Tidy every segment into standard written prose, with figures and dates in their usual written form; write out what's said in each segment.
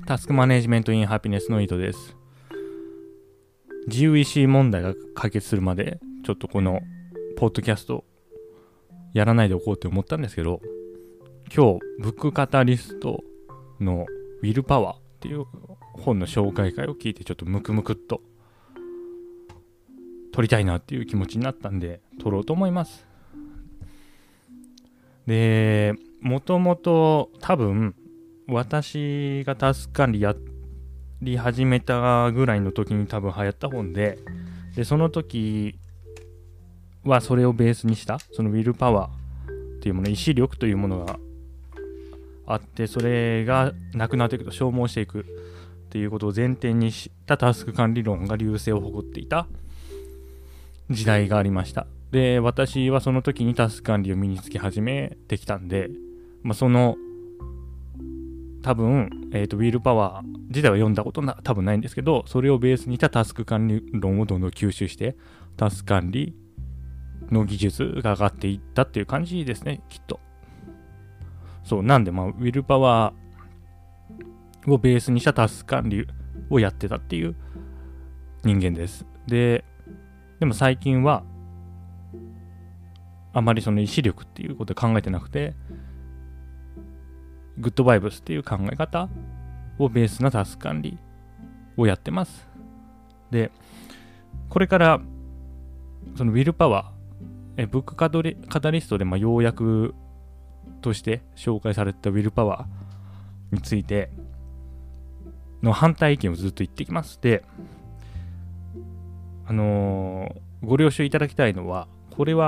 タスクマネジメントインハピネスの井戸です。自由意志問題が解決するまでちょっとこのポッドキャストやらないでおこうって思ったんですけど、今日ブックカタリストのウィルパワーっていう本の紹介会を聞いてちょっとムクムクっと撮りたいなっていう気持ちになったんで撮ろうと思います。で、もともと多分私がタスク管理やり始めたぐらいの時に多分流行った本で、その時はそれをベースにしたそのウィルパワーっていうもの、意志力というものがあって、それがなくなっていくと消耗していくっていうことを前提にしたタスク管理論が隆盛を誇っていた時代がありました。で、私はその時にタスク管理を身につけ始めてきたんで、その多分、ウィルパワー自体は読んだこと多分ないんですけど、それをベースにしたタスク管理論をどんどん吸収してタスク管理の技術が上がっていったっていう感じですね、きっと。そうなんで、ウィルパワーをベースにしたタスク管理をやってたっていう人間です。でも最近はあまりその意志力っていうことを考えてなくて、グッドバイブスっていう考え方をベースなタスク管理をやってます。で、これからそのウィルパワー、ブックカタリストで要約として紹介されたウィルパワーについての反対意見をずっと言ってきます。で、ご了承いただきたいのは、これは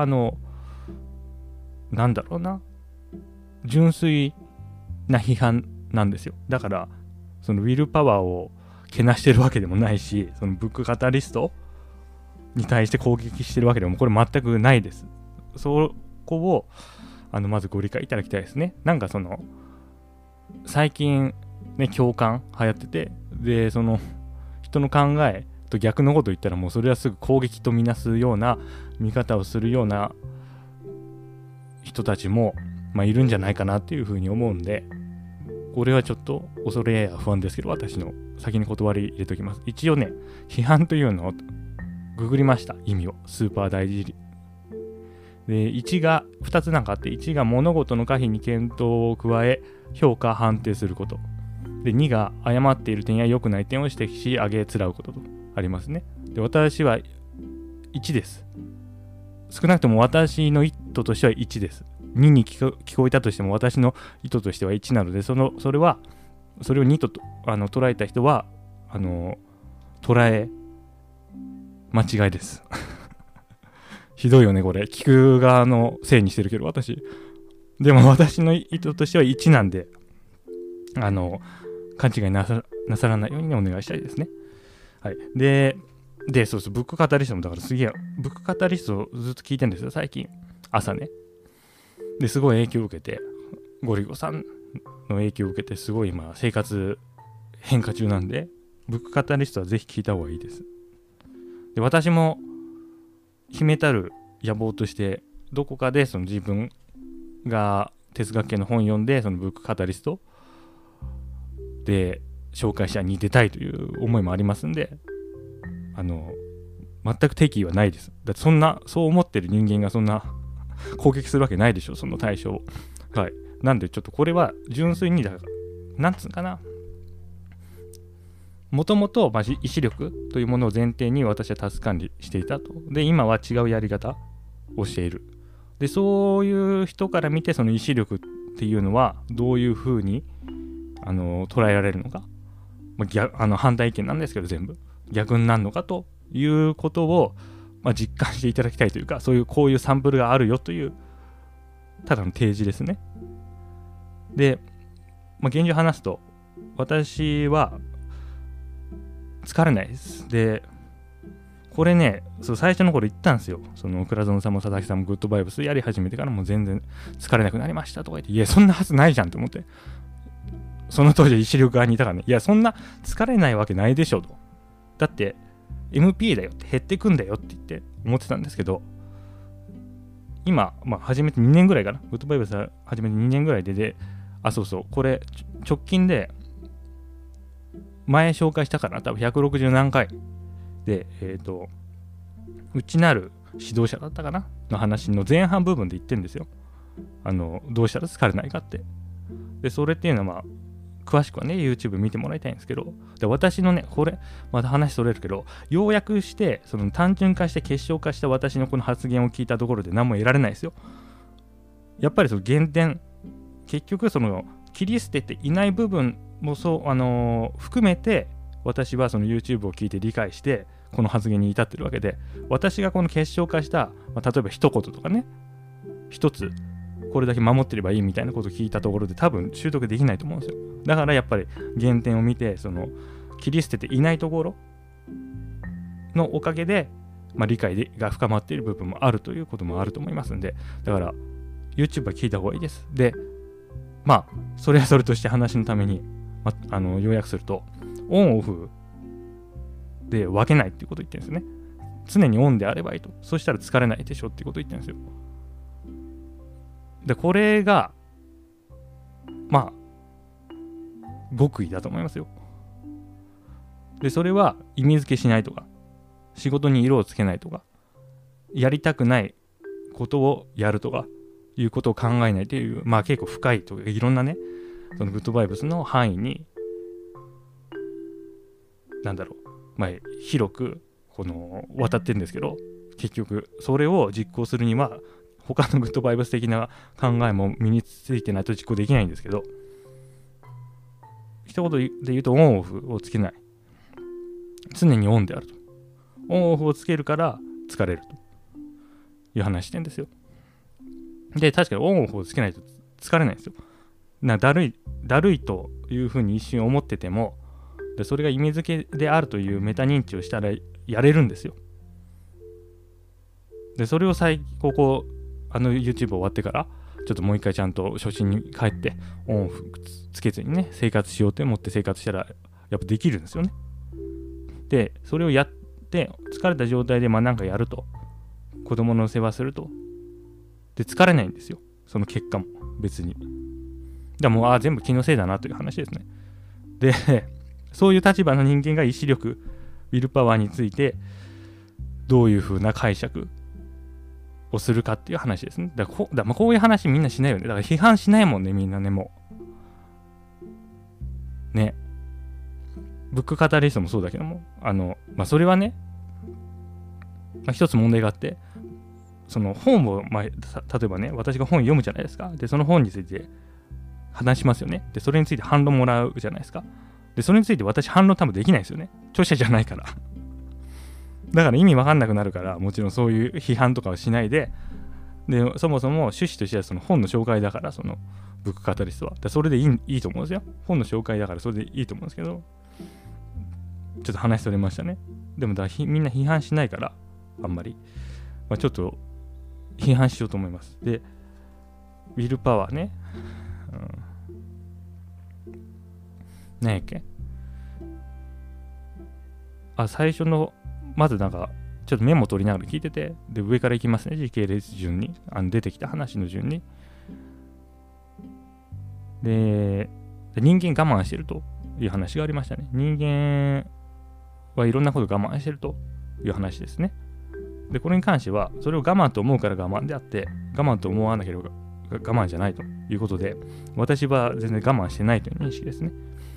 なんだろうな、純粋な批判なんですよ。だからそのウィルパワーをけなしてるわけでもないし、そのブックカタリストに対して攻撃してるわけでもこれ全くないです。そこをまずご理解いただきたいですね。なんかその最近ね、共感流行ってて、でその人の考えと逆のこと言ったらもうそれはすぐ攻撃とみなすような見方をするような人たちもいるんじゃないかなっていうふうに思うんで、これはちょっと恐れや不安ですけど、私の先に断り入れておきます。一応ね、批判というのをググりました。意味をスーパー大事で、1が2つなんかあって、1が物事の可否に検討を加え評価判定すること、で2が誤っている点や良くない点を指摘し挙げつらうこととありますね。で、私は1です。少なくとも私の意図としては1です。2に聞こえたとしても私の意図としては1なので、それを2と捉えた人は捉え間違いですひどいよねこれ。聞く側のせいにしてるけど私。でも私の意図としては1なんで、勘違いなさらないようにお願いしたいですね。はい。で、そうそう、ブックカタリストもだからすげえ、ブックカタリストをずっと聞いてるんですよ、最近。朝ね。ですごい影響を受けて、ゴリゴさんの影響を受けて、すごい今、生活変化中なんで、ブックカタリストはぜひ聞いた方がいいです。で、私も秘めたる野望として、どこかでその自分が哲学系の本読んで、そのブックカタリストで紹介者に出たいという思いもありますんで、全く敵意はないです。だってそう思ってる人間がそんな攻撃するわけないでしょ、その対象を。はい。なんでちょっとこれは純粋になんつうかな、もともと意志力というものを前提に私はタスク管理していたと。で、今は違うやり方をしている。で、そういう人から見てその意志力っていうのはどういうふうに捉えられるのか、反対意見なんですけど全部逆になるのかということを、実感していただきたいというか、こういうサンプルがあるよというただの提示ですね。で、現状話すと、私は疲れないです。で、これね、最初の頃言ったんですよ。その倉園さんも佐々木さんもグッドバイブスやり始めてからもう全然疲れなくなりましたとか言って、いやそんなはずないじゃんと思って、その当時意志力側にいたからね、いやそんな疲れないわけないでしょと。だってMP だよって減ってくんだよって言って思ってたんですけど、今、始めて2年ぐらいかな、グッドバイブス始めて2年ぐらいで、これ直近で前紹介したかな、多分160何回で、内なる指導者だったかなの話の前半部分で言ってるんですよ。どうしたら疲れないかって。で、それっていうのはまあ、詳しくはね、YouTube 見てもらいたいんですけど、で、私のね、これ、また話それるけど、要約して、その単純化して結晶化した私のこの発言を聞いたところで何も得られないですよ。やっぱりその原点、結局その切り捨てていない部分もそう、含めて、私はその YouTube を聞いて理解して、この発言に至ってるわけで、私がこの結晶化した、例えば一言とかね、一つ、これだけ守ってればいいみたいなことを聞いたところで多分習得できないと思うんですよ。だからやっぱり原点を見て、その切り捨てていないところのおかげで、理解が深まっている部分もあるということもあると思いますんで、だから YouTube は聞いた方がいいです。で、それはそれとして話のために、要約すると、オンオフで分けないっていうことを言ってるんですね。常にオンであればいいと。そしたら疲れないでしょっていうことを言ってるんですよ。で、これが、極意だと思いますよ。で、それは意味付けしないとか、仕事に色をつけないとか、やりたくないことをやるとか、いうことを考えないという、結構深いというか、いろんなね、そのグッドバイブスの範囲に、広く、渡ってるんですけど、結局、それを実行するには、他のグッドバイブス的な考えも身についてないと実行できないんですけど、一言で言うとオンオフをつけない。常にオンであると。オンオフをつけるから疲れるという話してんですよ。で、確かにオンオフをつけないと疲れないんですよ。だるいというふうに一瞬思ってても、でそれが意味付けであるというメタ認知をしたらやれるんですよ。で、それをYouTube 終わってから、ちょっともう一回ちゃんと初心に帰って、オンオフつけずにね、生活しようって思って生活したら、やっぱできるんですよね。で、それをやって、疲れた状態でなんかやると、子供の世話すると、で、疲れないんですよ。その結果も、別に。でも全部気のせいだなという話ですね。で、そういう立場の人間が意志力、ウィルパワーについて、どういう風な解釈をするかっていう話ですね。だからこういう話みんなしないよね。だから批判しないもんね、みんなね、もう。ね。ブックカタリストもそうだけども、それはね、一つ問題があって、その本を、例えばね、私が本読むじゃないですか。で、その本について話しますよね。で、それについて反論もらうじゃないですか。で、それについて私反論多分できないですよね。著者じゃないから。だから意味わかんなくなるから、もちろんそういう批判とかはしないで、で、そもそも趣旨としてはその本の紹介だから、そのブックカタリストは。でそれでいいと思うんですよ。本の紹介だからそれでいいと思うんですけど、ちょっと話それましたね。でもみんな批判しないから、あんまり。ちょっと批判しようと思います。で、ウィルパワーね。何やっけ？最初の、まずちょっとメモ取りながら聞いてて、で、上からいきますね、時系列順に。出てきた話の順に。で、人間我慢してるという話がありましたね。人間はいろんなこと我慢してるという話ですね。で、これに関しては、それを我慢と思うから我慢であって、我慢と思わなければ我慢じゃないということで、私は全然我慢してないという認識ですね。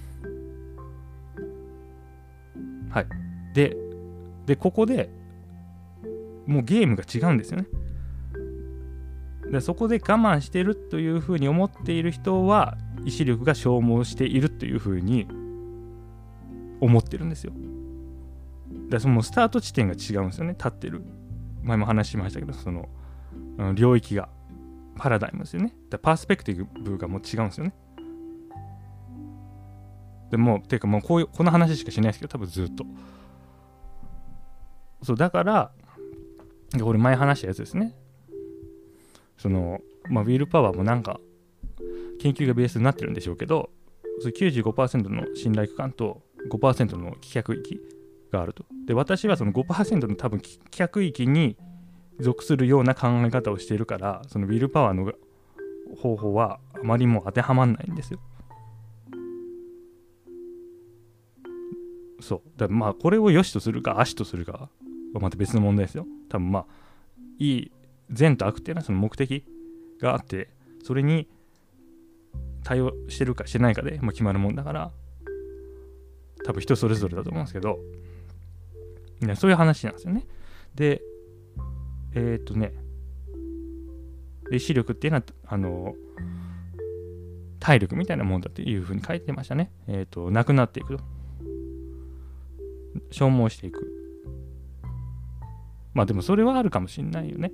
はい。で、ここでもうゲームが違うんですよね。で、そこで我慢してるというふうに思っている人は、意志力が消耗しているというふうに思ってるんですよ。で、そのスタート地点が違うんですよね、立ってる。前も話しましたけど、その領域が、パラダイムですよね。パースペクティブがもう違うんですよね。でもうこの話しかしないですけど、多分ずっと。そう、だから、これ前話したやつですね。ウィルパワーも研究がベースになってるんでしょうけど、95% の信頼区間と 5% の棄却域があると。で、私はその 5% の多分棄却域に属するような考え方をしているから、そのウィルパワーの方法はあまりもう当てはまらないんですよ。 そうだからまあこれを良しとするか悪しとするかはまた別の問題ですよ。多分まあいい善と悪っていうのはその目的があって、それに対応してるかしてないかで、決まるもんだから、多分人それぞれだと思うんですけど、ね、そういう話なんですよね。で意志力っていうのは体力みたいなもんだっていうふうに書いてましたね。なくなっていくと、消耗していく。まあでもそれはあるかもしんないよね。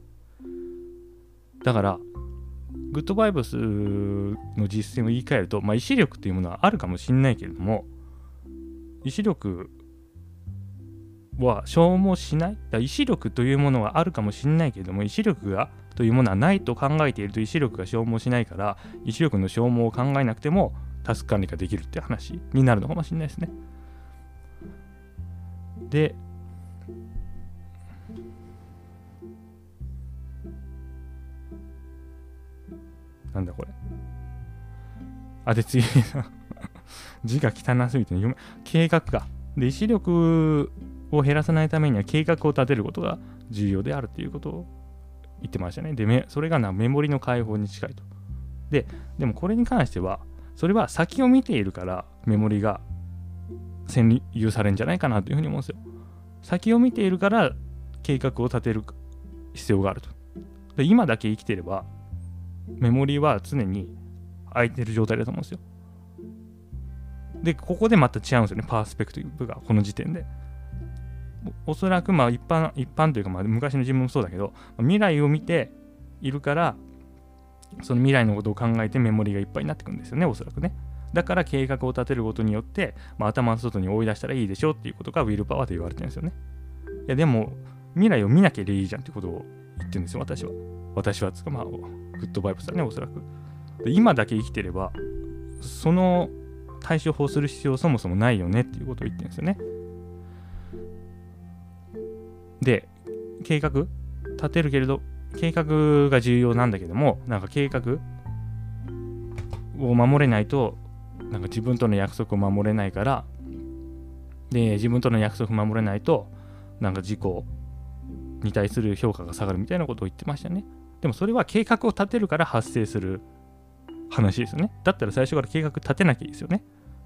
だからグッドバイブスの実践を言い換えると、意志力っていうものはあるかもしんないけれども、意志力は消耗しない。だから意志力というものはあるかもしんないけれども、意志力がというものはないと考えていると意志力が消耗しないから、意志力の消耗を考えなくてもタスク管理ができるって話になるのかもしれないですね。でなんだこれ。で次字が汚すぎて計画か。で意志力を減らさないためには計画を立てることが重要であるということを言ってましたね。でそれがメモリの解放に近いと。でもこれに関しては、それは先を見ているからメモリが占有されるんじゃないかなというふうに思うんですよ。先を見ているから計画を立てる必要があると。で今だけ生きていればメモリは常に空いてる状態だと思うんですよ。でここでまた違うんですよね、パースペクティブがこの時点で。おそらく一般というか昔の自分もそうだけど、未来を見ているからその未来のことを考えてメモリがいっぱいになってくるんですよね、おそらくね。だから計画を立てることによって、頭の外に追い出したらいいでしょっていうことがウィルパワーと言われてるんですよね。いやでも未来を見なきゃいいじゃんってことを言ってるんですよ、私は。私はつかグッドバイブスだね、おそらく。で今だけ生きてればその対処法する必要そもそもないよねっていうことを言ってるんですよね。で計画立てるけれど、計画が重要なんだけども、計画を守れないと自分との約束を守れないから、で自分との約束を守れないと自己に対する評価が下がるみたいなことを言ってましたね。でもそれは計画を立てるから発生する話ですよね。だったら最初から計画立てなきゃいいですよね。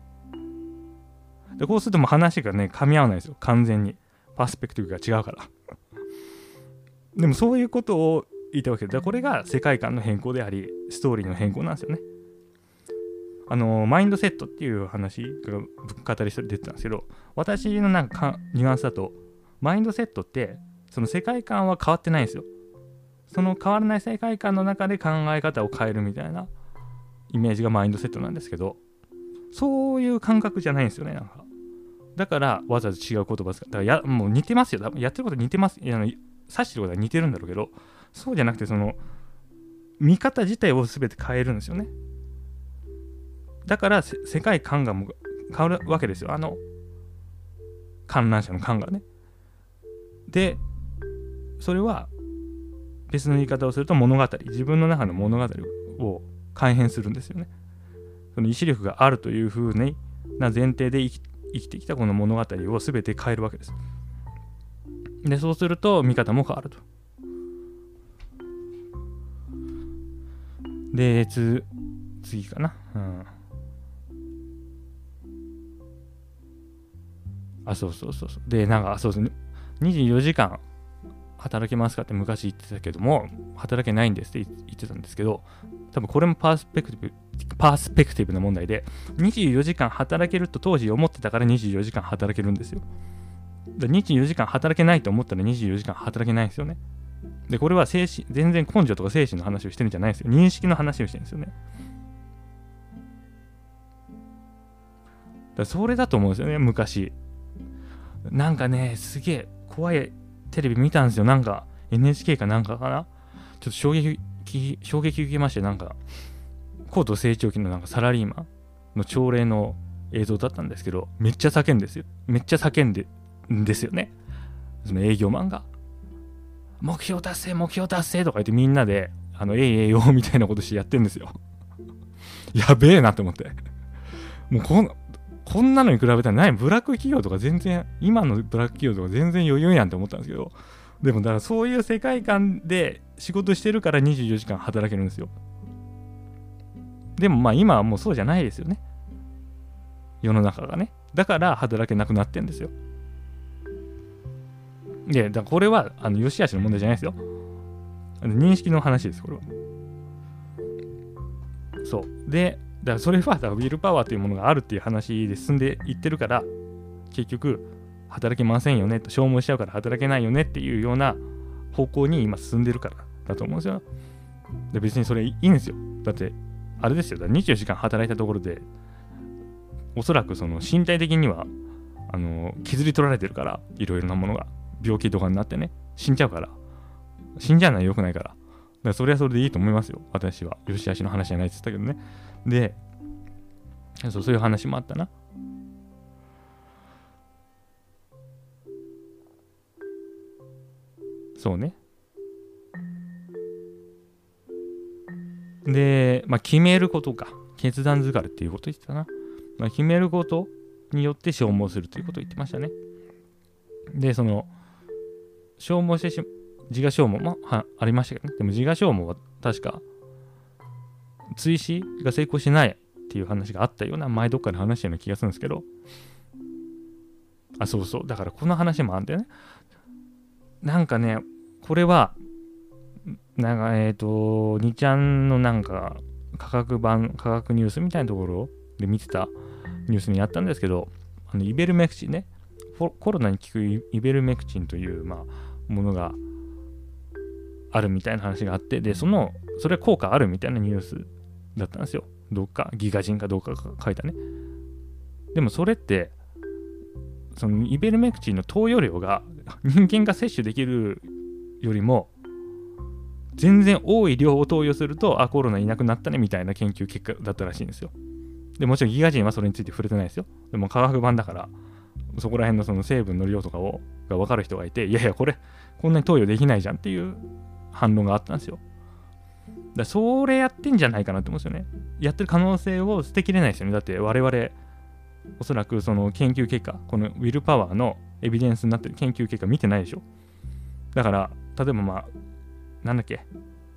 でこうすると話がね噛み合わないですよ、完全に。パースペクティブが違うからでもそういうことを言いたいわけで、これが世界観の変更でありストーリーの変更なんですよね。マインドセットっていう話が語り出てたんですけど、私のニュアンスだと、マインドセットってその世界観は変わってないんですよ。その変わらない世界観の中で考え方を変えるみたいなイメージがマインドセットなんですけど、そういう感覚じゃないんですよね。だからわざわざ違う言葉使う。だからもう似てますよ。多分やってること似てます。指してることは似てるんだろうけど、そうじゃなくてその見方自体を全て変えるんですよね。だから世界観がもう変わるわけですよ。観覧車の観がね。でそれは別の言い方をすると自分の中の物語を改変するんですよね。その意志力があるという風な前提で生きてきたこの物語を全て変えるわけです。でそうすると見方も変わると。で次かな、そうでそうですね、24時間働けますかって昔言ってたけども、働けないんですって言ってたんですけど、多分これもパースペクティブな問題で、24時間働けると当時思ってたから24時間働けるんですよ。24時間働けないと思ったら24時間働けないんですよね。でこれは全然根性とか精神の話をしてるんじゃないんですよ。認識の話をしてるんですよね。だそれだと思うんですよね。昔すげえ怖いテレビ見たんですよ。NHK かなんかかな。ちょっと衝撃受けまして、高度成長期のサラリーマンの朝礼の映像だったんですけど、めっちゃ叫んでんですよね。その営業マンが目標達成とか言ってみんなでえいよみたいなことしてやってるんですよ。やべえなって思って、もうここんなのに比べたら何ブラック企業とか全然、今のブラック企業とか全然余裕やんって思ったんですけど、でもだからそういう世界観で仕事してるから24時間働けるんですよ。でもまあ今はもうそうじゃないですよね。世の中がね。だから働けなくなってんですよ。で、だからこれは良し悪しの問題じゃないですよ。認識の話です、これは。そう。で、だからそれはウィルパワーというものがあるっていう話で進んでいってるから、結局働けませんよねと、消耗しちゃうから働けないよねっていうような方向に今進んでるからだと思うんですよ。で、別にそれいいんですよ。だってあれですよ、だから24時間働いたところでおそらくその身体的には削り取られてるから、いろいろなものが病気とかになってね、死んじゃうから、死んじゃうのは良くないから、だからそれはそれでいいと思いますよ。私はよしあしの話じゃないって言ったけどね。で、そういう話もあったな。そうね。で、まあ、決めることか。決断疲れっていうこと言ってたな。まあ、決めることによって消耗するということを言ってましたね。で、その、消耗して自我消耗もありましたけどね。でも自我消耗は確か、追試が成功しないっていう話があったような、前どっかで話したような気がするんですけど、そうそう。だからこの話もあるんだよね。なんかね、これは、なんか、2ちゃんのなんか、科学ニュースみたいなところで見てたニュースにあったんですけど、イベルメクチンね、コロナに効くイベルメクチンという、まあ、ものがあるみたいな話があって、で、それ効果あるみたいなニュースだったんですよ。どっか、ギガ人かどうかが書いたね。でもそれって、そのイベルメクチンの投与量が人間が摂取できるよりも全然多い量を投与するとコロナいなくなったねみたいな研究結果だったらしいんですよ。でもちろんギガ人はそれについて触れてないですよ。でも科学版だからそこら辺のその成分の量とかが分かる人がいて、いやいやこんなに投与できないじゃんっていう反論があったんですよ。だそれやってんじゃないかなって思うんですよね。やってる可能性を捨てきれないですよね。だって我々おそらくその研究結果、このウィルパワーのエビデンスになってる研究結果見てないでしょ。だから例えばまあなんだっけ、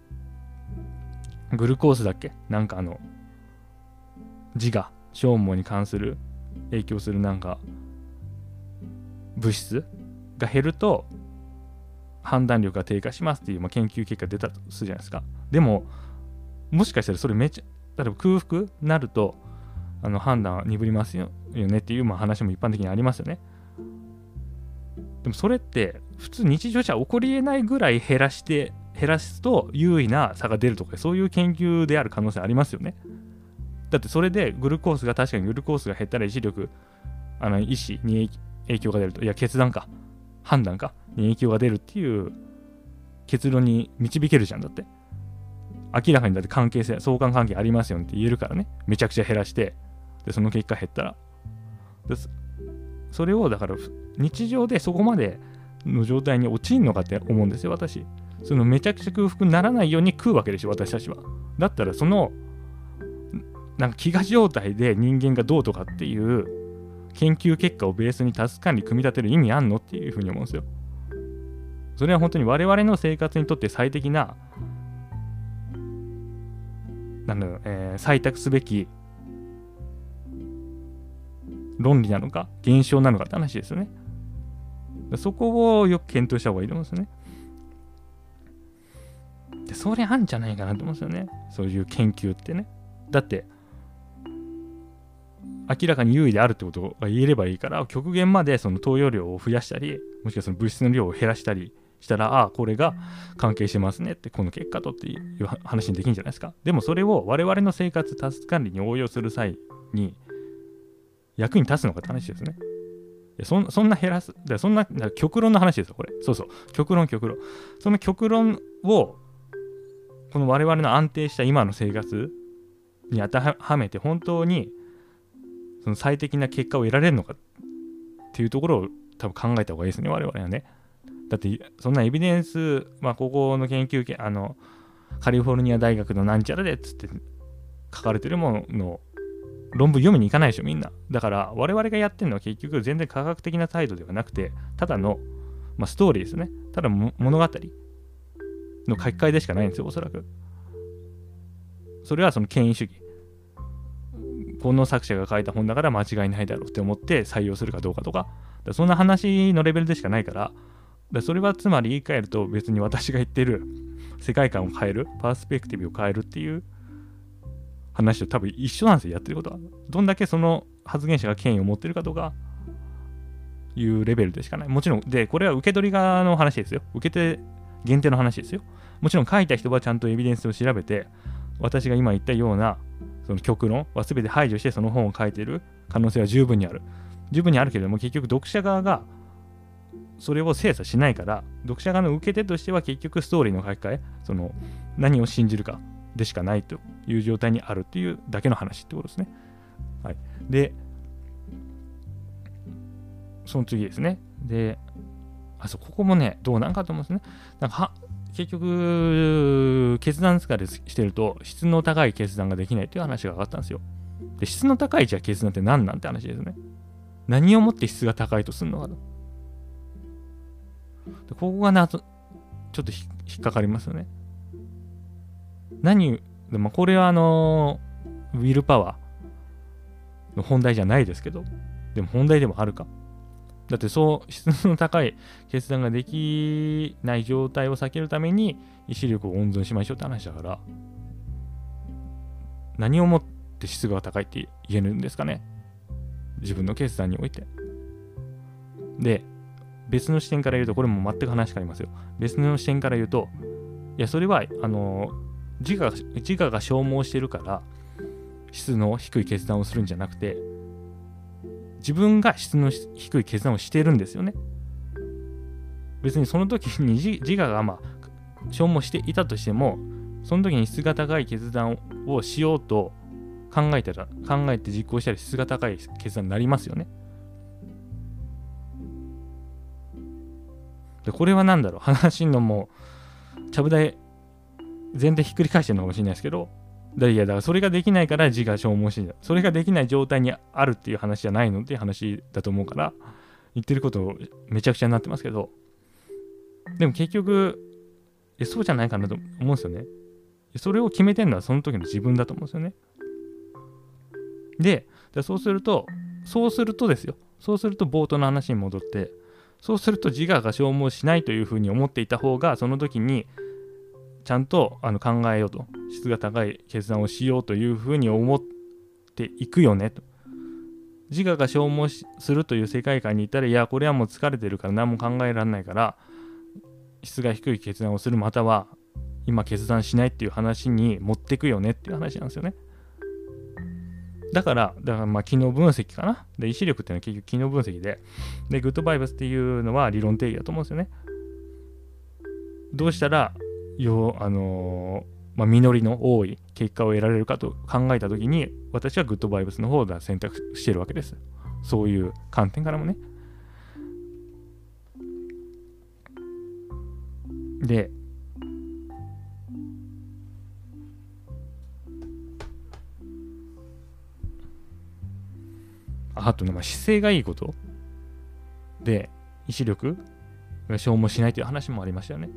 グルコースだっけ、なんか自我消耗に関する影響するなんか物質が減ると判断力が低下しますっていう、研究結果出たとするじゃないですか。でももしかしたらそれ例えば空腹になると判断は鈍りますよねっていう話も一般的にありますよね。でもそれって普通日常じゃ起こり得ないぐらい減らすと優位な差が出るとか、そういう研究である可能性ありますよね。だってそれで確かにグルコースが減ったら意志力意志に影響が出ると、いや決断か判断かに影響が出るっていう結論に導けるじゃん。だって明らかにだって相関関係ありますよねって言えるからね。めちゃくちゃ減らしてでその結果減ったらそれをだから日常でそこまでの状態に陥るのかって思うんですよ私。そのめちゃくちゃ空腹にならないように食うわけでしょ私たちは。だったらそのなんか飢餓状態で人間がどうとかっていう研究結果をベースにタスク管理組み立てる意味あんのっていうふうに思うんですよ。それは本当に我々の生活にとって最適な採択すべき論理なのか現象なのかって話ですよね。そこをよく検討した方がいいと思うんですよね。でそれあんじゃないかなと思うんですよね。そういう研究ってね。だって明らかに優位であるってことが言えればいいから、極限までその投与量を増やしたり、もしくはその物質の量を減らしたりしたら、これが関係してますねって、この結果とっていう話にできるんじゃないですか。でもそれを我々の生活タスク管理に応用する際に役に立つのかって話ですね。そんな減らす、そんな極論の話ですよこれ。そうそう、極論。その極論をこの我々の安定した今の生活に当てはめて本当にその最適な結果を得られるのかっていうところを多分考えた方がいいですね我々はね。だってそんなエビデンス、ここの研究カリフォルニア大学のなんちゃらでっつって書かれてるものの論文読みに行かないでしょみんな。だから我々がやってるのは結局全然科学的な態度ではなくて、ただの、ストーリーですね。ただ物語の書き換えでしかないんですよ、おそらく。それはその権威主義。この作者が書いた本だから間違いないだろうって思って採用するかどうかとか、そんな話のレベルでしかないから、それはつまり言い換えると、別に私が言ってる世界観を変える、パースペクティブを変えるっていう話と多分一緒なんですよ、やってることは。どんだけその発言者が権威を持ってるかとかいうレベルでしかない。もちろん、で、これは受け取り側の話ですよ。受け手限定の話ですよ。もちろん書いた人はちゃんとエビデンスを調べて、私が今言ったようなその極論は全て排除してその本を書いている可能性は十分にある。十分にあるけれども、結局読者側がそれを精査しないから、読者側の受け手としては結局ストーリーの書き換え、その何を信じるかでしかないという状態にあるっていうだけの話ってことですね。はい。で、その次ですね。で、ここもね、どうなんかと思うんですね。結局、決断疲れしてると、質の高い決断ができないっていう話が上がったんですよ。で、質の高いじゃあ決断って何なんて話ですね。何をもって質が高いとするのかと。でここがちょっと引っかかりますよね。これはウィルパワーの本題じゃないですけど、でも本題でもあるか。だって質の高い決断ができない状態を避けるために意志力を温存しましょうって話だから、何をもって質が高いって言えるんですかね、自分の決断において。で、別の視点から言うと、これも全く話変わりますよ。別の視点から言うと、いや、それは自我が消耗してるから質の低い決断をするんじゃなくて、自分が質の低い決断をしているんですよね。別にその時に自我が消耗していたとしても、その時に質が高い決断をしようと考えて実行したり、質が高い決断になりますよね。で、これは何だろう、話のもうちゃぶ台全然ひっくり返してるのかもしれないですけど、だからそれができないから自我消耗してる。それができない状態にあるっていう話じゃないのっていう話だと思うから、言ってることめちゃくちゃになってますけど、でも結局そうじゃないかなと思うんですよね。それを決めてるのはその時の自分だと思うんですよね。で、そうするとですよ。そうすると冒頭の話に戻って、そうすると自我が消耗しないというふうに思っていた方が、その時にちゃんと考えようと、質が高い決断をしようというふうに思っていくよねと。自我が消耗するという世界観にいたら、いやこれはもう疲れてるから何も考えられないから質が低い決断をする、または今決断しないっていう話に持ってくよねっていう話なんですよね。だから機能分析かな。で、意志力っていうのは結局機能分析で、グッドバイブスっていうのは理論定義だと思うんですよね。どうしたら実りの多い結果を得られるかと考えたときに、私はグッドバイブスの方を選択しているわけです。そういう観点からもね。で、あと姿勢がいいことで意志力が消耗しないという話もありましたよね。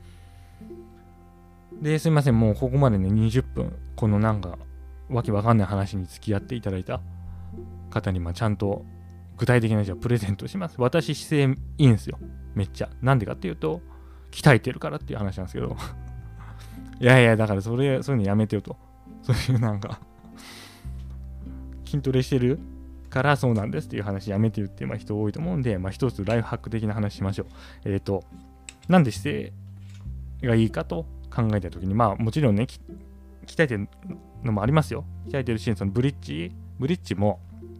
で、すいません、もうここまでね20分このわけわかんない話に付き合っていただいた方にちゃんと具体的なプレゼントします。私姿勢いいんですよ、めっちゃ。なんでかっていうと鍛えてるからっていう話なんですけどいやだからそういうのやめてよと。そういう筋トレしてるからそうなんですっていう話やめてよって人多いと思うんで、一つライフハック的な話しましょう。なんで姿勢がいいかと考えたときに、もちろんね、鍛えてるのもありますよ。鍛えてるし、そのブリッジも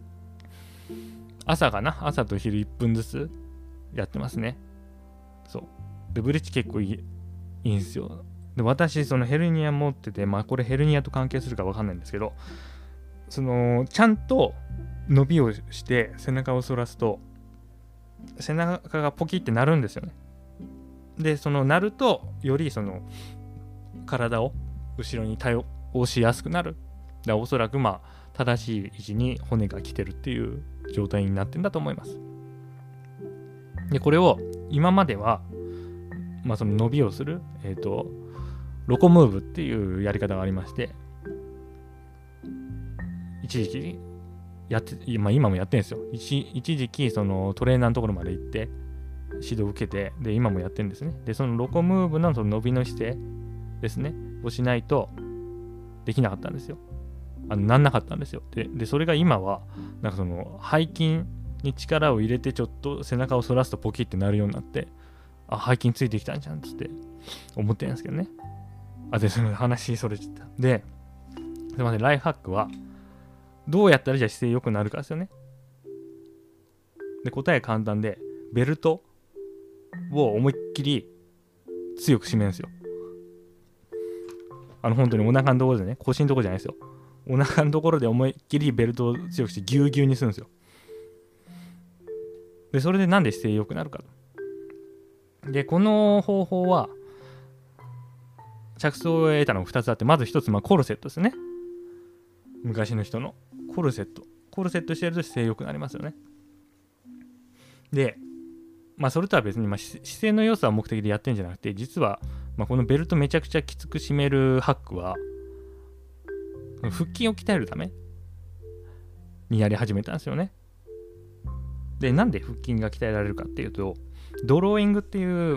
朝と昼1分ずつやってますね。そう。で、ブリッジ結構いいんですよ。で、私、そのヘルニア持ってて、これヘルニアと関係するかわかんないんですけど、ちゃんと伸びをして背中を反らすと、背中がポキってなるんですよね。で、なると、より体を後ろに倒しやすくなる。 らおそらく正しい位置に骨が来てるっていう状態になってんだと思います。でこれを今までは、その伸びをする、ロコムーブっていうやり方がありまして、一時期やって、今もやってるんですよ。一時期そのトレーナーのところまで行って指導を受けて、で今もやってるんですね。でそのロコムーブのその伸びの姿勢ですねをしないとできなかったんですよ。なんなかったんですよ。でそれが今はなんかその背筋に力を入れてちょっと背中を反らすとポキってなるようになって、背筋ついてきたんじゃんっつって思ってるんですけどね。でその話それちゃった。ですいません、ライフハックはどうやったらじゃあ姿勢良くなるかですよね。で答えは簡単で、ベルトを思いっきり強く締めるんですよ。本当にお腹のところでね、腰のところじゃないですよ。お腹のところで思いっきりベルトを強くしてギュウギュウにするんですよ。でそれでなんで姿勢良くなるかと。でこの方法は着想を得たのが2つあって、まず1つコルセットですね。昔の人のコルセットしてると姿勢良くなりますよね。でそれとは別に、姿勢の良さを目的でやってるんじゃなくて、実は、このベルトめちゃくちゃきつく締めるハックは腹筋を鍛えるためにやり始めたんですよね。でなんで腹筋が鍛えられるかっていうと、ドローイングっていう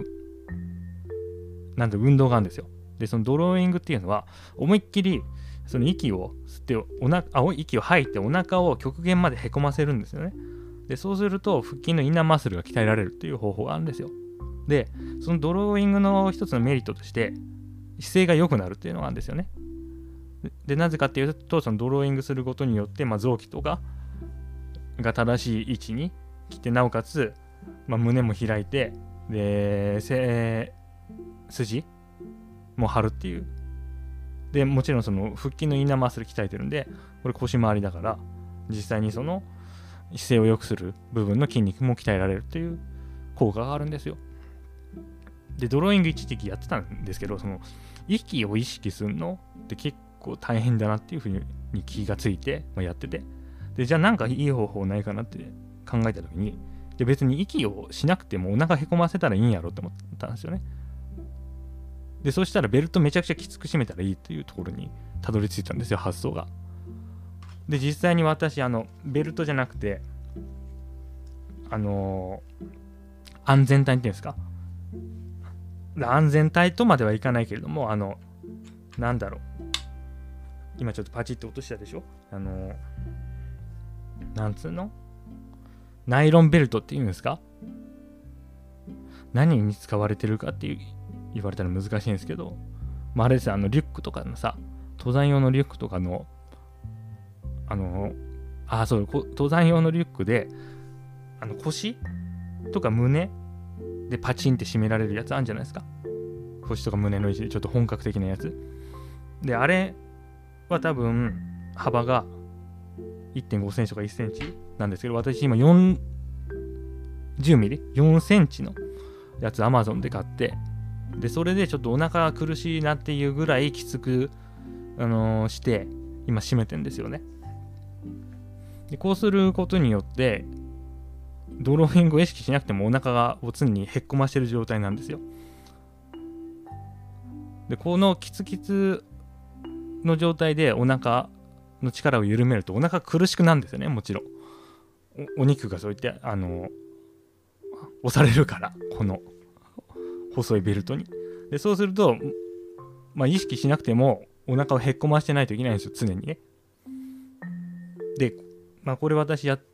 運動があるんですよ。でそのドローイングっていうのは思いっきりその息を吸って息を吐いてお腹を極限までへこませるんですよね。でそうすると腹筋のインナーマッスルが鍛えられるっていう方法があるんですよ。でそのドローイングの一つのメリットとして姿勢が良くなるっていうのがあるんですよね。でなぜかっていうと、そのドローイングすることによって、臓器とかが正しい位置に来て、なおかつ、胸も開いて、で筋も張るっていう。でもちろんその腹筋のインナーマッスル鍛えてるんで、これ腰回りだから実際にその姿勢を良くする部分の筋肉も鍛えられるっていう効果があるんですよ。でドローイング一時期やってたんですけど、その息を意識するのって結構大変だなっていうふうに気がついて、やってて、でじゃあなんかいい方法ないかなって考えた時に、で別に息をしなくてもお腹へこませたらいいんやろって思ったんですよね。でそしたらベルトめちゃくちゃきつく締めたらいいっていうところにたどり着いたんですよ、発想が。で実際に私ベルトじゃなくて安全帯っていうんですか、安全帯とまではいかないけれども、今ちょっとパチッと落としたでしょ。なんつうの、ナイロンベルトっていうんですか、何に使われてるかって言われたら難しいんですけど、あれですよ、リュックとかのさ、登山用のリュックとかの登山用のリュックで腰とか胸でパチンって締められるやつあるんじゃないですか。腰とか胸の位置でちょっと本格的なやつで、あれは多分幅が 1.5 センチとか1センチなんですけど、私今10ミリ4センチのやつ Amazon で買って、でそれでちょっとお腹が苦しいなっていうぐらいきつく、して今締めてんですよね。でこうすることによってドローイングを意識しなくてもお腹を常にへっこましてる状態なんですよ。でこのキツキツの状態でお腹の力を緩めるとお腹苦しくなるんですよね。もちろん お肉がそうやって押されるから、この細いベルトに。でそうすると意識しなくてもお腹をへっこましてないといけないんですよ、常にね。でこれ私やって、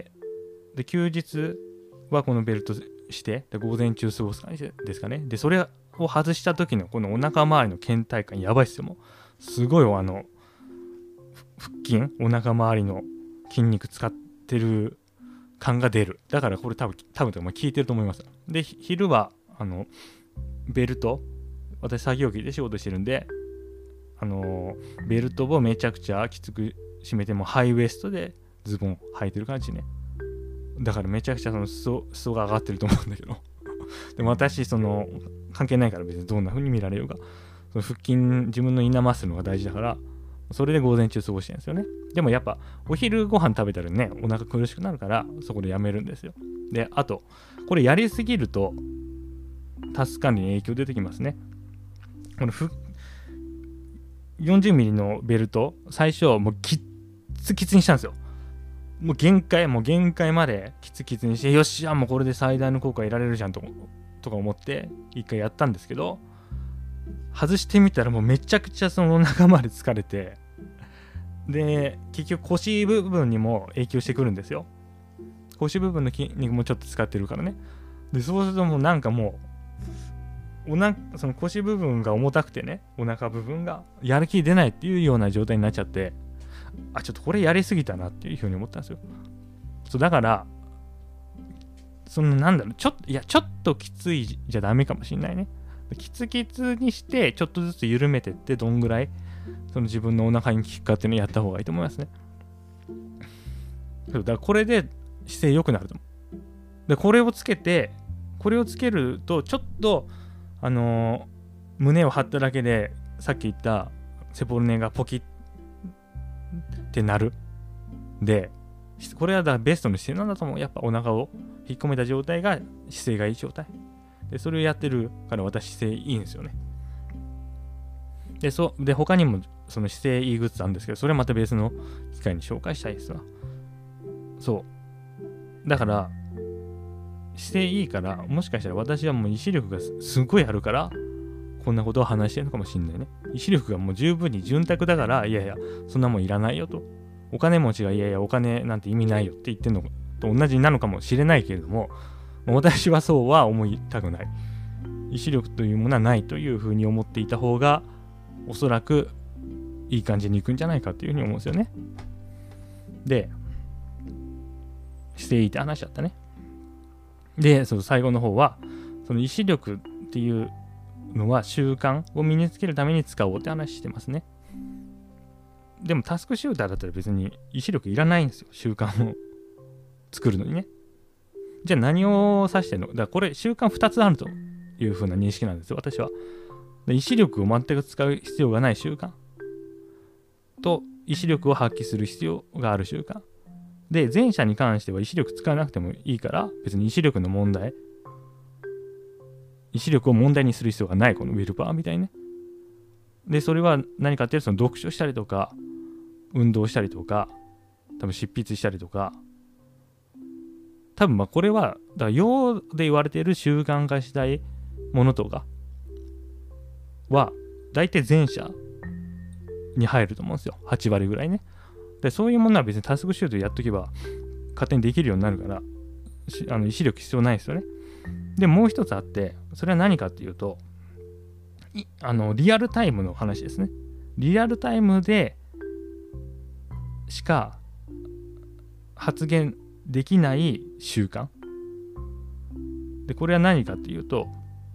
で休日はこのベルトして、で午前中過ごす感じですかね。でそれを外した時のこのお腹周りの倦怠感やばいっすよ。もうすごい腹筋、お腹周りの筋肉使ってる感が出る。だからこれ多分効いてると思います。で昼はベルト、私作業着で仕事してるんでベルトをめちゃくちゃきつく締めて、もハイウエストでズボン履いてる感じね。だからめちゃくちゃその裾が上がってると思うんだけどでも私関係ないから、別にどんな風に見られようが、その腹筋、自分のインナーマッスルのが大事だから、 それで午前中過ごしてるんですよね。でもやっぱお昼ご飯食べたらね、お腹苦しくなるからそこでやめるんですよ。で、あとこれやりすぎるとタスク管理に影響出てきますね。この40ミリのベルト、最初もうキッツキツにしたんですよ。もう限界までキツキツにして、よっしゃもうこれで最大の効果得られるじゃんとか思って一回やったんですけど、外してみたらもうめちゃくちゃそのお腹まで疲れて、で結局腰部分にも影響してくるんですよ。腰部分の筋肉もちょっと使ってるからね。でそうするともうなんかもうその腰部分が重たくてね、お腹部分がやる気出ないっていうような状態になっちゃって、ちょっとこれやりすぎたなっていうふうに思ったんですよ。そうだからそのちょっときついじゃダメかもしんないね。キツキツにしてちょっとずつ緩めてって、どんぐらいその自分のお腹に効くかっていうのをやった方がいいと思いますね。だからこれで姿勢良くなると思う。でこれをつけるとちょっと胸を張っただけでさっき言った背骨がポキッってなる。でこれはベストの姿勢なんだと思う。やっぱお腹を引っ込めた状態が姿勢がいい状態で、それをやってるから私姿勢いいんですよね。で他にもその姿勢いいグッズあるんですけど、それはまた別の機会に紹介したいですわ。そうだから姿勢いいから、もしかしたら私はもう意志力がすごいあるからこんなことを話してるのかもしんないね。意志力がもう十分に潤沢だから、いやいやそんなもんいらないよと、お金持ちがいやいやお金なんて意味ないよって言ってるのと同じなのかもしれないけれども、私はそうは思いたくない。意志力というものはないというふうに思っていた方がおそらくいい感じにいくんじゃないかっていうふうに思うんですよね。で姿勢いいって話だったね。でその最後の方はその意志力っていうのは習慣を身につけるために使おうって話してますね。でもタスクシューターだったら別に意志力いらないんですよ、習慣を作るのにね。じゃあ何を指してるの？だからこれ習慣2つあるという風な認識なんですよ、私は。意志力を全く使う必要がない習慣と意志力を発揮する必要がある習慣で、前者に関しては意志力使わなくてもいいから、別に意志力を問題にする必要がない、このウィルパワーみたいにね。でそれは何かっていうと、その読書したりとか運動したりとか多分執筆したりとか、多分これはだから世で言われている習慣化したいものとかは大体前者に入ると思うんですよ、8割ぐらいね。でそういうものは別にタスクシュートやっとけば勝手にできるようになるから、意志力必要ないですよね。でもう一つあって、それは何かっていうとリアルタイムの話ですね。リアルタイムでしか発言できない習慣で、これは何かっていうと、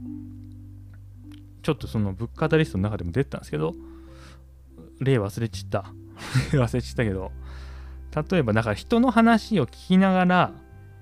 ちょっとそのブックカタリストの中でも出てたんですけど、例忘れちったけど、例えばだから人の話を聞きながら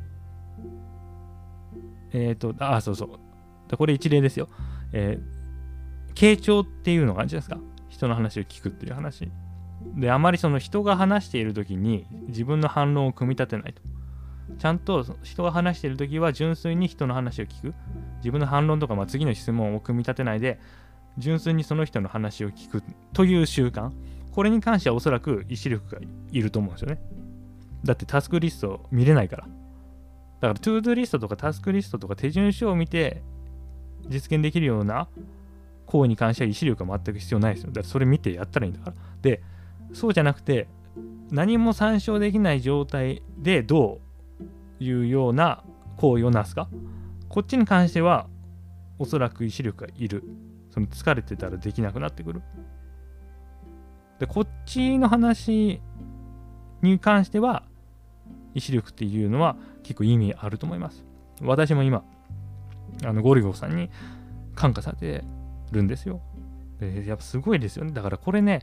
これ一例ですよ。傾聴っていうのがあるじゃないですか、人の話を聞くっていう話で、あまりその人が話している時に自分の反論を組み立てないと。ちゃんと人が話している時は純粋に人の話を聞く、自分の反論とか次の質問を組み立てないで純粋にその人の話を聞くという習慣、これに関してはおそらく意志力がいると思うんですよね。だってタスクリスト見れないから。だからトゥードゥリストとかタスクリストとか手順書を見て実現できるような行為に関しては意志力は全く必要ないですよ。だからそれ見てやったらいいんだから。でそうじゃなくて、何も参照できない状態でどういうような行為をなすか、こっちに関してはおそらく意志力がいる。その疲れてたらできなくなってくる。でこっちの話に関しては意志力っていうのは結構意味あると思います。私も今ゴリゴさんに感化されてるんですよ。でやっぱすごいですよね。だからこれね、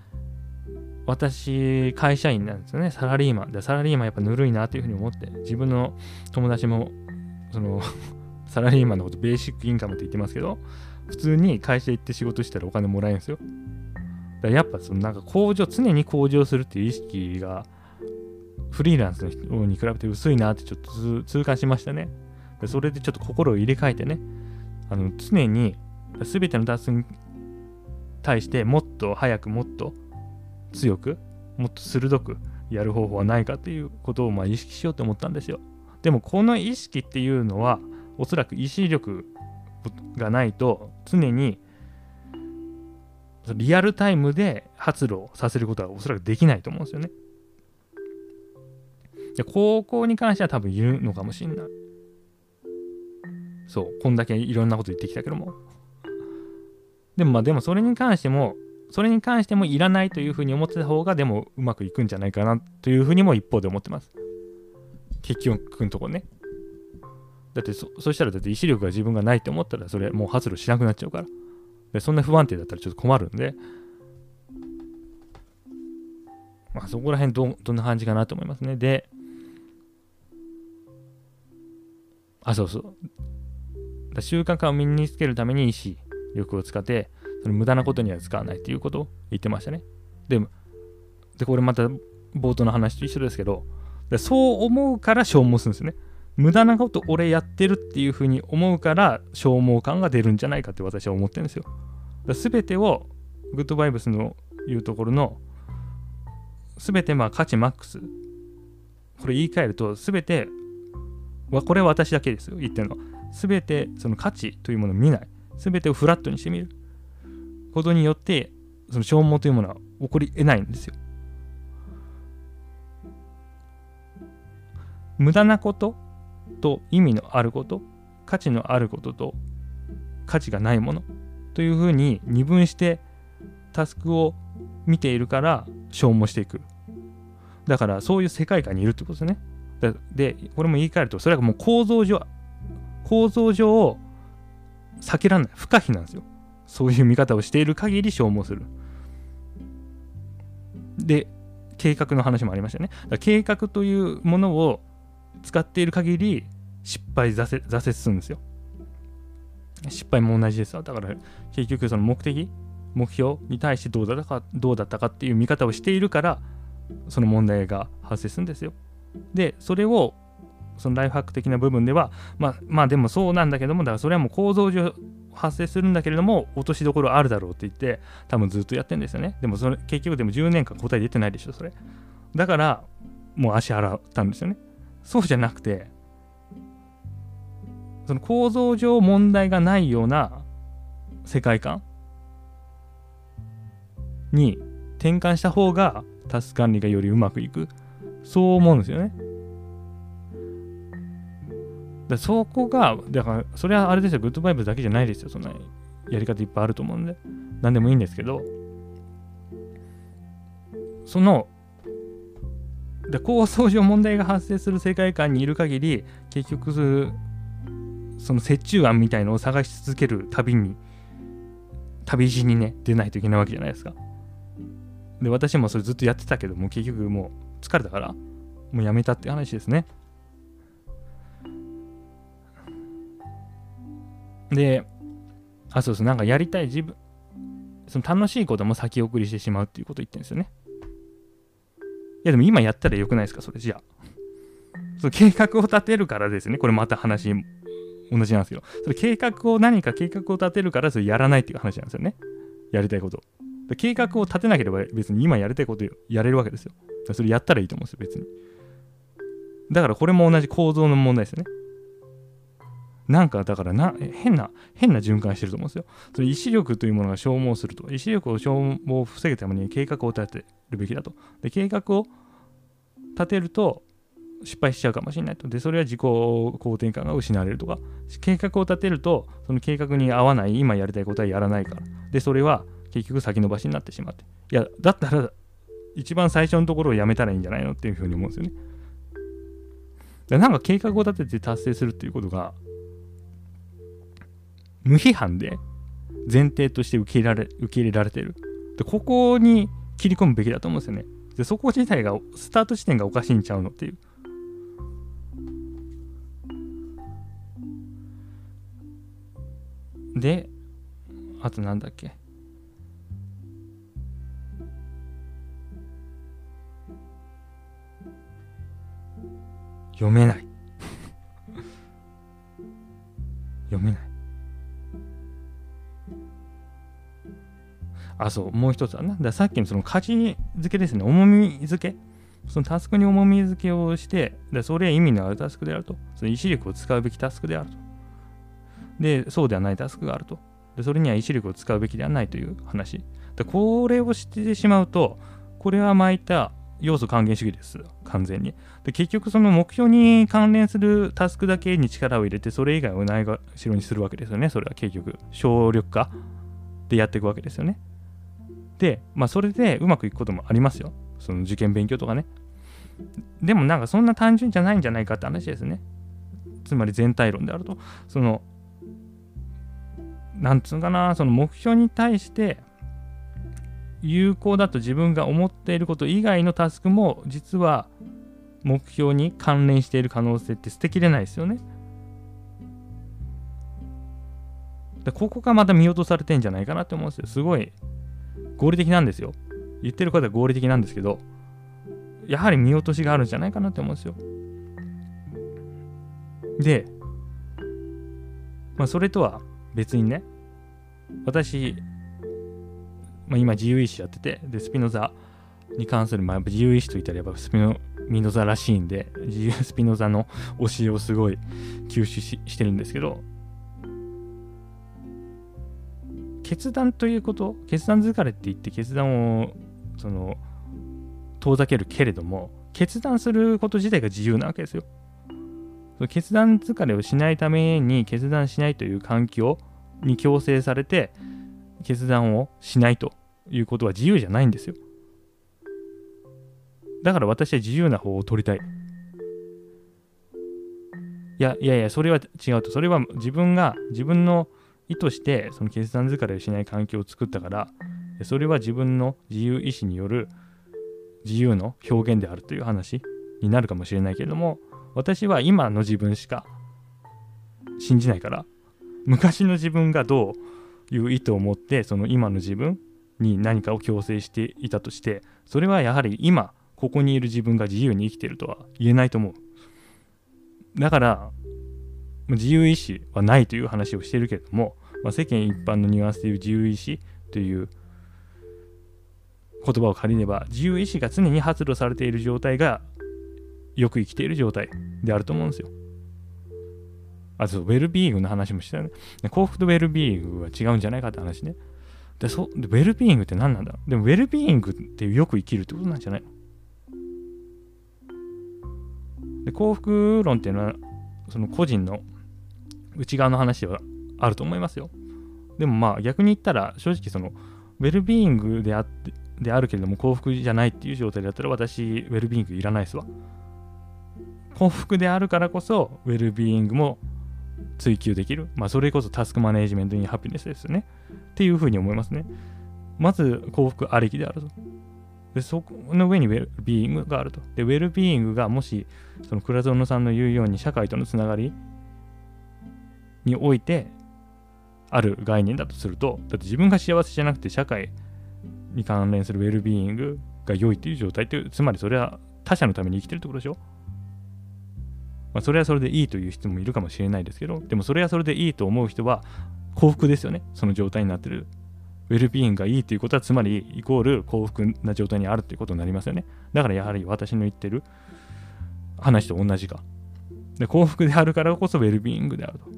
私会社員なんですよね。サラリーマンで、サラリーマンやっぱぬるいなというふうに思って、自分の友達もそのサラリーマンのことベーシックインカムって言ってますけど、普通に会社行って仕事したらお金もらえるんですよ。 らやっぱそのなんか常に向上するっていう意識がフリーランスの人に比べて薄いなってちょっと痛感しましたね。でそれでちょっと心を入れ替えてね、常に全てのタスクに対してもっと早く、もっと強く、もっと鋭くやる方法はないかっていうことを意識しようと思ったんですよ。でもこの意識っていうのはおそらく意志力がないと常にリアルタイムで発露させることはおそらくできないと思うんですよね。で高校に関しては多分いるのかもしれない。そう、こんだけいろんなこと言ってきたけども。でもそれに関してもいらないというふうに思ってた方がでもうまくいくんじゃないかなというふうにも一方で思ってます。結局のとこね。だってそしたらだって意志力が自分がないと思ったらそれもう発露しなくなっちゃうから。でそんな不安定だったらちょっと困るんで、そこら辺どんな感じかなと思いますね。で、そうそう。習慣化を身につけるために意志力を使ってその無駄なことには使わないっていうことを言ってましたね。でこれまた冒頭の話と一緒ですけど、そう思うから消耗するんですよね。無駄なこと俺やってるっていうふうに思うから消耗感が出るんじゃないかって私は思ってるんですよ。全てをグッドバイブスのいうところの全て価値マックス、これ言い換えると全てこれは私だけですよ言ってるの。全てその価値というものを見ない、全てをフラットにしてみることによってその消耗というものは起こり得ないんですよ。無駄なことと意味のあること、価値のあることと価値がないものというふうに二分してタスクを見ているから消耗していく。だからそういう世界観にいるってことですね。でこれも言い換えるとそれはもう構造上を避けられない、不可避なんですよ。そういう見方をしている限り消耗する。で計画の話もありましたね。だから計画というものを使っている限り失敗挫折するんですよ。失敗も同じですよ。だから結局その目標に対してどうだったかっていう見方をしているからその問題が発生するんですよ。でそれをそのライフハック的な部分ではでもそうなんだけども、だからそれはもう構造上発生するんだけれども落としどころあるだろうって言って多分ずっとやってるんですよね。でもそれ結局でも10年間答え出てないでしょそれ。だからもう足洗ったんですよね。そうじゃなくてその構造上問題がないような世界観に転換した方がタスク管理がよりうまくいく、そう思うんですよね。そこがだからそれはあれですよ、グッドバイブスだけじゃないですよ。そんなやり方いっぱいあると思うんで何でもいいんですけど、その構造上問題が発生する世界観にいる限り結局その折衷案みたいのを探し続ける旅路にね出ないといけないわけじゃないですか。で私もそれずっとやってたけども結局もう疲れたからもうやめたって話ですね。でそうなんかやりたいその楽しいことも先送りしてしまうっていうことを言ってるんですよね。いやでも今やったらよくないですかそれ。じゃあその計画を立てるからですね。これまた話同じなんですけど、それ何か計画を立てるからそれやらないっていう話なんですよね。やりたいこと計画を立てなければ別に今やりたいことやれるわけですよ。それやったらいいと思うんですよ別に。だからこれも同じ構造の問題ですよね。なんかだから変な循環してると思うんですよ。それ意志力というものが消耗すると、意志力を消耗を防ぐために計画を立てるべきだと。で計画を立てると失敗しちゃうかもしれないと。でそれは自己肯定感が失われるとか、計画を立てるとその計画に合わない今やりたいことはやらないから、でそれは結局先延ばしになってしまって、いやだったら一番最初のところをやめたらいいんじゃないのっていうふうに思うんですよね。なんか計画を立てて達成するっていうことが無批判で前提として受け入れられている。でここに切り込むべきだと思うんですよね。でそこ自体がスタート地点がおかしいんちゃうのっていう。であとなんだっけ、 読めない読めない。あ、そう、もう一つはな。だからさっきのその価値づけですね。重みづけ。そのタスクに重みづけをして、それは意味のあるタスクであると。その意志力を使うべきタスクであると。で、そうではないタスクがあると。で、それには意志力を使うべきではないという話。で、これを知ってしまうと、これは巻いた要素還元主義です。完全に。で、結局その目標に関連するタスクだけに力を入れて、それ以外をないがしろにするわけですよね。それは結局、省力化でやっていくわけですよね。で、それでうまくいくこともありますよ。その受験勉強とかね。でもなんかそんな単純じゃないんじゃないかって話ですね。つまり全体論であると。その、なんつうかな、その目標に対して有効だと自分が思っていること以外のタスクも実は目標に関連している可能性って捨てきれないですよね。で、ここがまた見落とされてんじゃないかなって思うんですよ。すごい合理的なんですよ。言ってることは合理的なんですけど、やはり見落としがあるんじゃないかなって思うんですよ。で、それとは別にね、私、今自由意志やってて、で、スピノザに関する、やっぱ自由意志といったらやっぱスピノザらしいんで、スピノザの教えをすごい吸収してるんですけど、決断ということ、決断疲れって言って決断を遠ざけるけれども、決断すること自体が自由なわけですよ。決断疲れをしないために決断しないという環境に強制されて決断をしないということは自由じゃないんですよ。だから私は自由な方を取りたい。いや、それは違うと。それは自分の意図してその決断疲れをしない環境を作ったから、それは自分の自由意志による自由の表現であるという話になるかもしれないけれども、私は今の自分しか信じないから、昔の自分がどういう意図を持ってその今の自分に何かを強制していたとして、それはやはり今ここにいる自分が自由に生きているとは言えないと思う。だから自由意志はないという話をしているけれども、世間一般のニュアンスでいう自由意志という言葉を借りれば、自由意志が常に発動されている状態がよく生きている状態であると思うんですよ。あとウェルビーイングの話もしたよね。幸福とウェルビーイングは違うんじゃないかって話ね。でウェルビーイングって何なんだろう。でもウェルビーイングってよく生きるってことなんじゃないの。で、幸福論っていうのはその個人の内側の話はあると思いますよ。でも逆に言ったら、正直そのウェルビーイングであるけれども幸福じゃないっていう状態だったら、私ウェルビーイングいらないですわ。幸福であるからこそウェルビーイングも追求できる。それこそタスクマネジメントにハピネスですよね。っていうふうに思いますね。まず幸福ありきであると。で、そこの上にウェルビーイングがあると。で、ウェルビーイングがもしその倉園さんの言うように社会とのつながりにおいてある概念だとすると、だって自分が幸せじゃなくて社会に関連するウェルビーイングが良いという状態って、つまりそれは他者のために生きてるってことでしょ。それはそれでいいという人もいるかもしれないですけど、でもそれはそれでいいと思う人は幸福ですよね。その状態になってるウェルビーイングがいいということは、つまりイコール幸福な状態にあるということになりますよね。だからやはり私の言ってる話と同じか。で、幸福であるからこそウェルビーイングであると。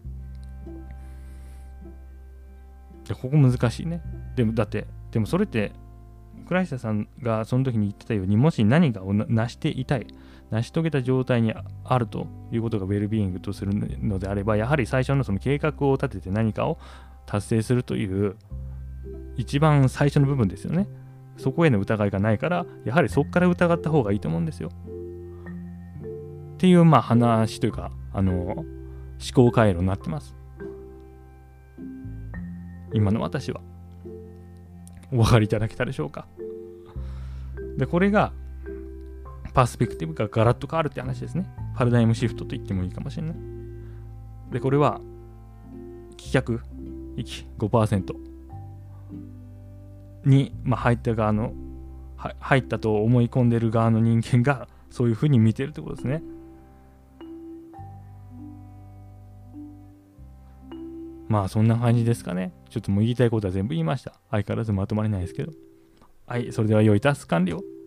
で、ここ難しいね。でもそれって倉下さんがその時に言ってたように、もし何かを成し遂げた状態にあるということがウェルビーイングとするのであれば、やはり最初のその計画を立てて何かを達成するという一番最初の部分ですよね。そこへの疑いがないから、やはりそこから疑った方がいいと思うんですよ。っていう話というか思考回路になってます。今の私は。お分かりいただけたでしょうか。で、これがパースペクティブがガラッと変わるって話ですね。パラダイムシフトと言ってもいいかもしれない。で、これは棄却域 5% に、入ったと思い込んでる側の人間がそういうふうに見てるってことですね。 まあそんな感じですかね。ちょっともう言いたいことは全部言いました。相変わらずまとまりないですけど。はい、それでは良いタスク完了。